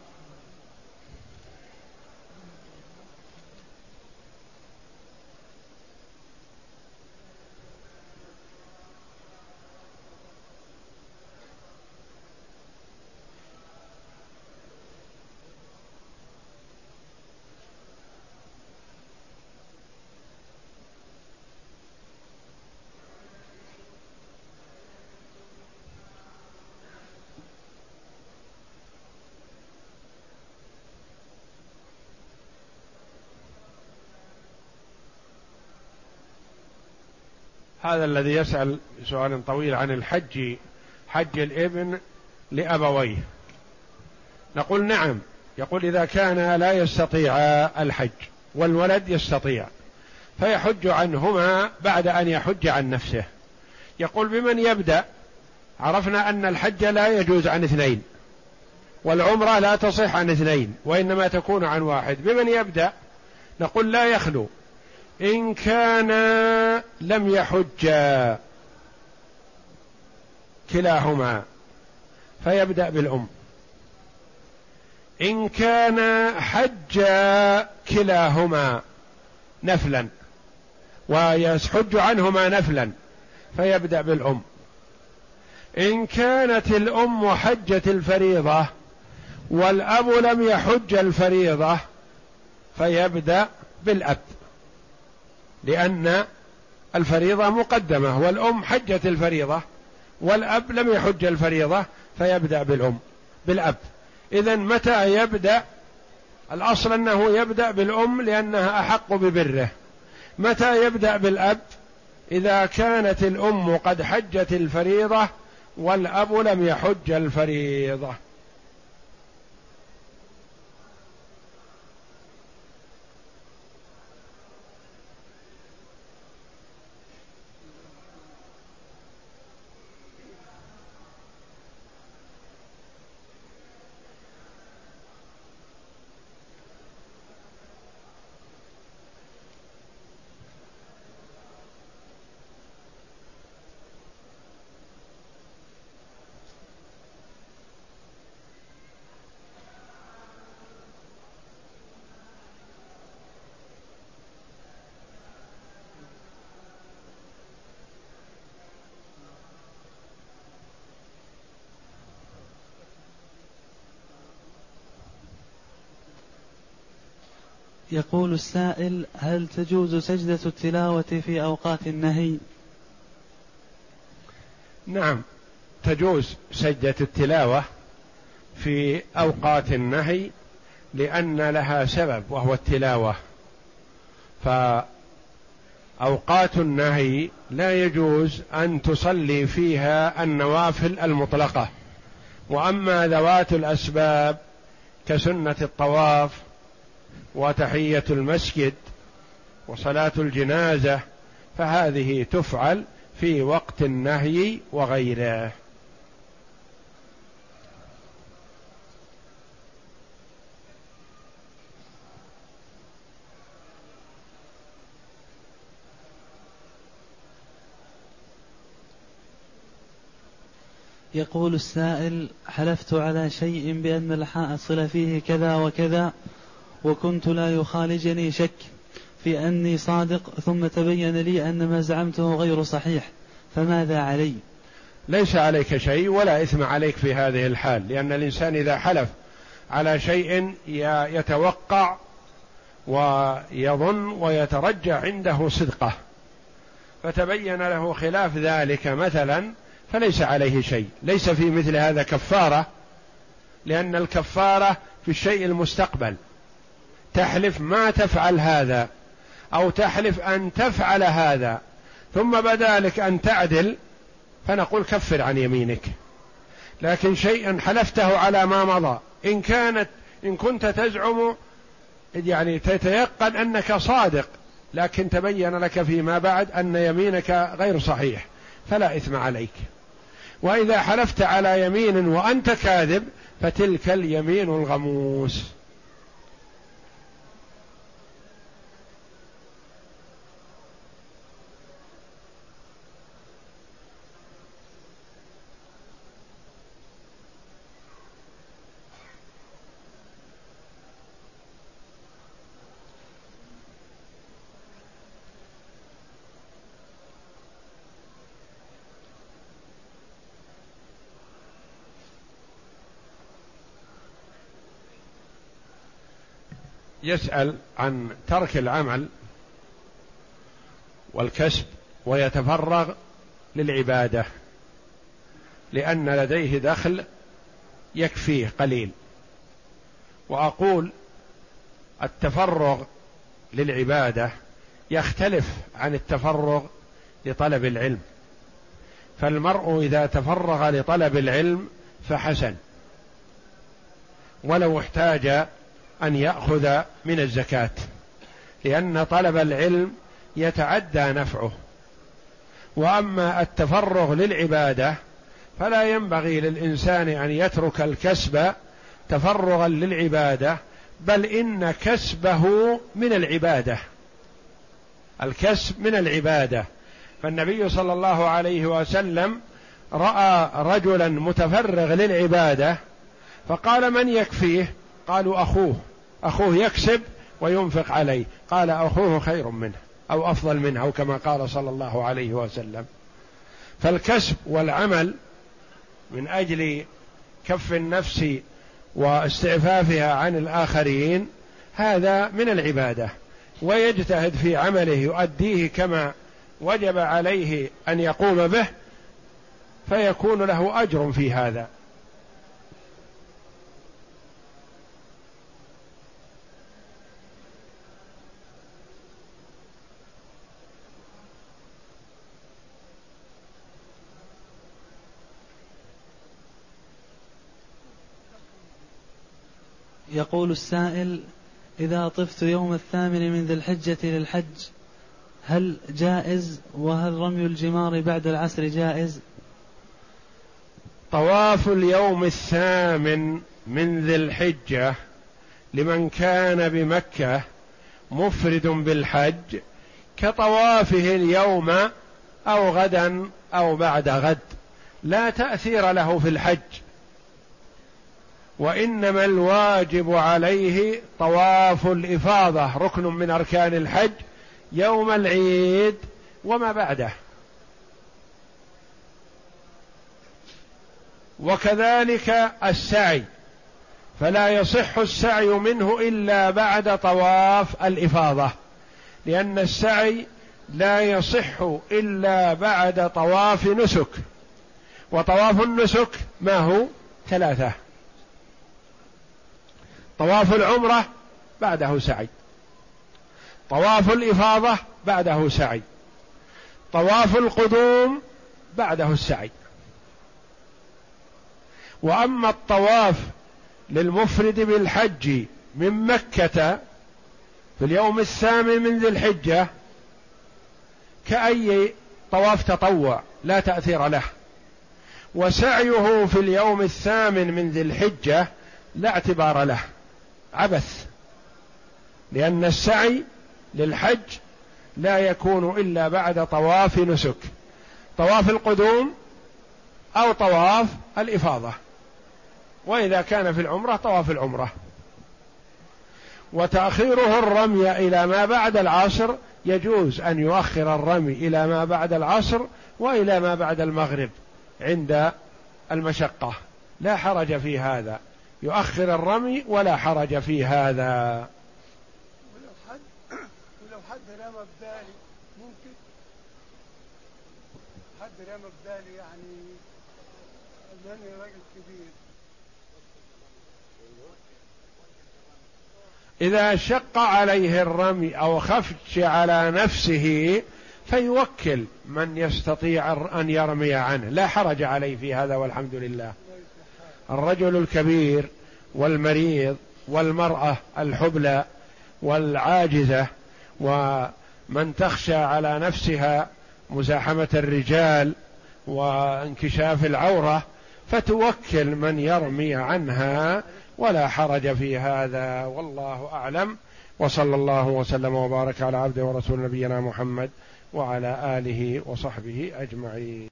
هذا الذي يسأل سؤال طويل عن الحج، حج الابن لأبويه، نقول نعم. يقول إذا كان لا يستطيع الحج والولد يستطيع فيحج عنهما بعد أن يحج عن نفسه. يقول بمن يبدأ؟ عرفنا أن الحج لا يجوز عن 2، والعمرة لا تصح عن 2 وإنما تكون عن 1. بمن يبدأ؟ نقول لا يخلو. إن كان لم يحج كلاهما فيبدأ بالأم، إن كان حج كلاهما نفلا ويحج عنهما نفلا فيبدأ بالأم، إن كانت الأم حجت الفريضة والأب لم يحج الفريضة فيبدأ بالأب، لأن الفريضة مقدمة والأم حجت الفريضة والأب لم يحج الفريضة فيبدأ بالأب. إذن متى يبدأ؟ الأصل أنه يبدأ بالأم لأنها أحق ببره. متى يبدأ بالأب؟ إذا كانت الأم قد حجت الفريضة والأب لم يحج الفريضة. يقول السائل: هل تجوز سجدة التلاوة في أوقات النهي؟ نعم، تجوز سجدة التلاوة في أوقات النهي لأن لها سبب وهو التلاوة. فأوقات النهي لا يجوز أن تصلي فيها النوافل المطلقة، وأما ذوات الأسباب كسنة الطواف وتحية المسجد وصلاة الجنازة فهذه تفعل في وقت النهي وغيره. يقول السائل: حلفت على شيء بأن الحاصل فيه كذا وكذا، وكنت لا يخالجني شك في أني صادق، ثم تبين لي أن ما زعمته غير صحيح، فماذا علي؟ ليس عليك شيء ولا إثم عليك في هذه الحال، لأن الإنسان إذا حلف على شيء يتوقع ويظن ويترجى عنده صدقه، فتبين له خلاف ذلك مثلا، فليس عليه شيء. ليس في مثل هذا كفارة، لأن الكفارة في الشيء المستقبل، تحلف ما تفعل هذا أو تحلف أن تفعل هذا ثم بدا لك أن تعدل، فنقول كفر عن يمينك. لكن شيئا حلفته على ما مضى، إن كنت تزعم يعني تتيقن أنك صادق، لكن تبين لك فيما بعد أن يمينك غير صحيح، فلا إثم عليك. وإذا حلفت على يمين وأنت كاذب فتلك اليمين الغموس. يسأل عن ترك العمل والكسب ويتفرغ للعبادة لأن لديه دخل يكفيه قليل. وأقول التفرغ للعبادة يختلف عن التفرغ لطلب العلم، فالمرء إذا تفرغ لطلب العلم فحسن، ولو احتاج أن يأخذ من الزكاة، لأن طلب العلم يتعدى نفعه. وأما التفرغ للعبادة فلا ينبغي للإنسان أن يترك الكسب تفرغا للعبادة، بل إن كسبه من العبادة، الكسب من العبادة. فالنبي صلى الله عليه وسلم رأى رجلا متفرغ للعبادة فقال: من يكفيه؟ قالوا: أخوه يكسب وينفق عليه. قال: أخوه خير منه أو أفضل منه، أو كما قال صلى الله عليه وسلم. فالكسب والعمل من أجل كف النفس واستعفافها عن الآخرين هذا من العبادة، ويجتهد في عمله يؤديه كما وجب عليه أن يقوم به، فيكون له أجر في هذا. يقول السائل: إذا طفت يوم 8 من ذي الحجة للحج هل جائز؟ وهل رمي الجمار بعد العصر جائز؟ طواف اليوم 8 من ذي الحجة لمن كان بمكة مفرد بالحج كطوافه اليوم أو غدا أو بعد غد، لا تأثير له في الحج، وإنما الواجب عليه طواف الإفاضة، ركن من أركان الحج، يوم العيد وما بعده. وكذلك السعي، فلا يصح السعي منه إلا بعد طواف الإفاضة، لأن السعي لا يصح إلا بعد طواف نسك، وطواف النسك ما هو 3: طواف العمرة بعده سعي، طواف الإفاضة بعده سعي، طواف القدوم بعده السعي. وأما الطواف للمفرد بالحج من مكة في اليوم 8 من ذي الحجة كأي طواف تطوع لا تأثير له، وسعيه في اليوم 8 من ذي الحجة لا اعتبار له، عبث، لأن السعي للحج لا يكون إلا بعد طواف نسك. طواف القدوم أو طواف الإفاضة، وإذا كان في العمرة طواف العمرة. وتأخيره الرمي إلى ما بعد العصر، يجوز أن يؤخر الرمي إلى ما بعد العصر وإلى ما بعد المغرب عند المشقة، لا حرج في هذا، يؤخر الرمي ولا حرج في هذا. ولو حد رمى ببالي ممكن، حد رمى ببالي يعني لأني راجل كبير. إذا شق عليه الرمي أو خفش على نفسه فيوكل من يستطيع أن يرمي عنه، لا حرج عليه في هذا والحمد لله. الرجل الكبير والمريض والمرأة الحبلى والعاجزة ومن تخشى على نفسها مزاحمة الرجال وانكشاف العورة فتوكل من يرمي عنها، ولا حرج في هذا، والله أعلم. وصلى الله وسلم وبارك على عبده ورسول نبينا محمد وعلى آله وصحبه أجمعين.